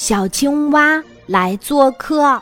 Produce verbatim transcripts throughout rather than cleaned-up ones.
小青蛙来做客。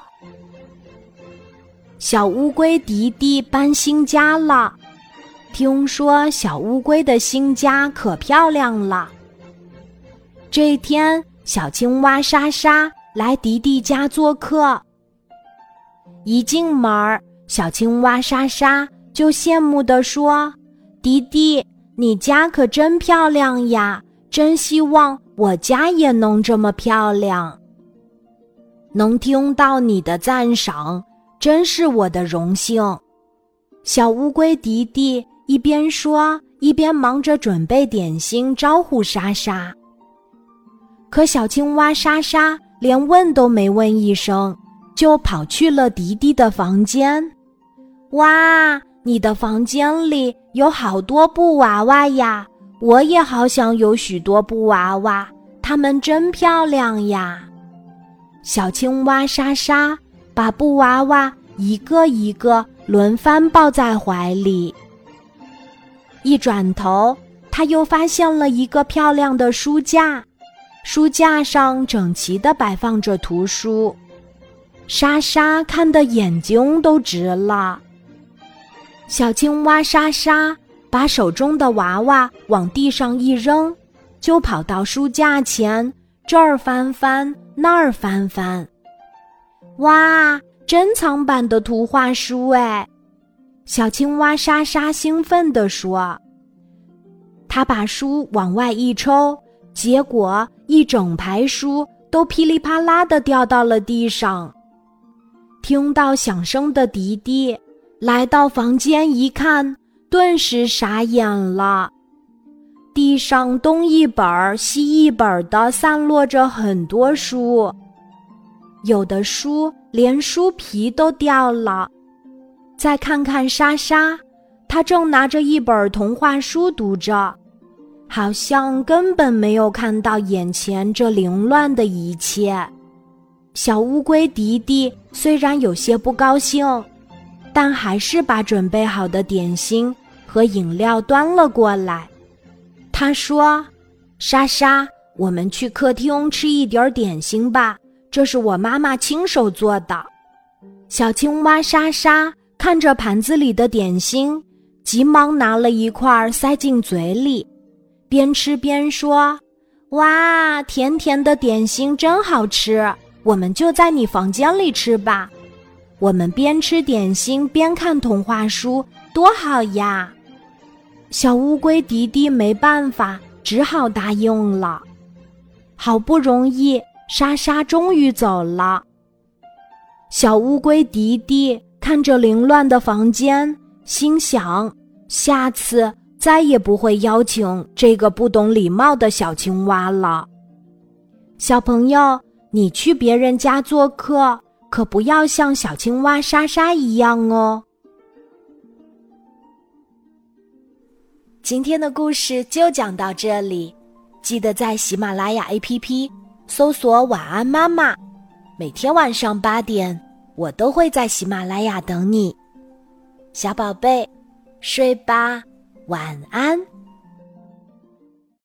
小乌龟迪迪搬新家了，听说小乌龟的新家可漂亮了。这天，小青蛙莎莎来迪迪家做客。一进门，小青蛙莎莎就羡慕地说：“迪迪，你家可真漂亮呀，真希望我家也能这么漂亮。”能听到你的赞赏，真是我的荣幸。小乌龟迪迪一边说，一边忙着准备点心招呼莎莎。可小青蛙莎莎连问都没问一声，就跑去了迪迪的房间。哇，你的房间里有好多布娃娃呀，我也好想有许多布娃娃，它们真漂亮呀。小青蛙莎莎把布娃娃一个一个轮番抱在怀里。一转头，她又发现了一个漂亮的书架，书架上整齐地摆放着图书。莎莎看得眼睛都直了。小青蛙莎莎把手中的娃娃往地上一扔，就跑到书架前，这儿翻翻，那儿翻翻。哇，珍藏版的图画书哎！小青蛙莎莎兴奋地说。她把书往外一抽，结果一整排书都噼里啪啦地掉到了地上。听到响声的迪迪来到房间一看，顿时傻眼了。地上东一本西一本的散落着很多书，有的书连书皮都掉了。再看看莎莎，她正拿着一本童话书读着，好像根本没有看到眼前这凌乱的一切。小乌龟迪迪虽然有些不高兴，但还是把准备好的点心和饮料端了过来。他说：“莎莎，我们去客厅吃一点点心吧，这是我妈妈亲手做的。”小青蛙莎莎看着盘子里的点心，急忙拿了一块塞进嘴里，边吃边说：“哇，甜甜的点心真好吃，我们就在你房间里吃吧。我们边吃点心边看童话书，多好呀！”小乌龟迪迪没办法，只好答应了。好不容易，莎莎终于走了。小乌龟迪迪看着凌乱的房间，心想，下次再也不会邀请这个不懂礼貌的小青蛙了。小朋友，你去别人家做客，可不要像小青蛙莎莎一样哦。今天的故事就讲到这里，记得在喜马拉雅 A P P 搜索晚安妈妈，每天晚上八点，我都会在喜马拉雅等你。小宝贝，睡吧，晚安。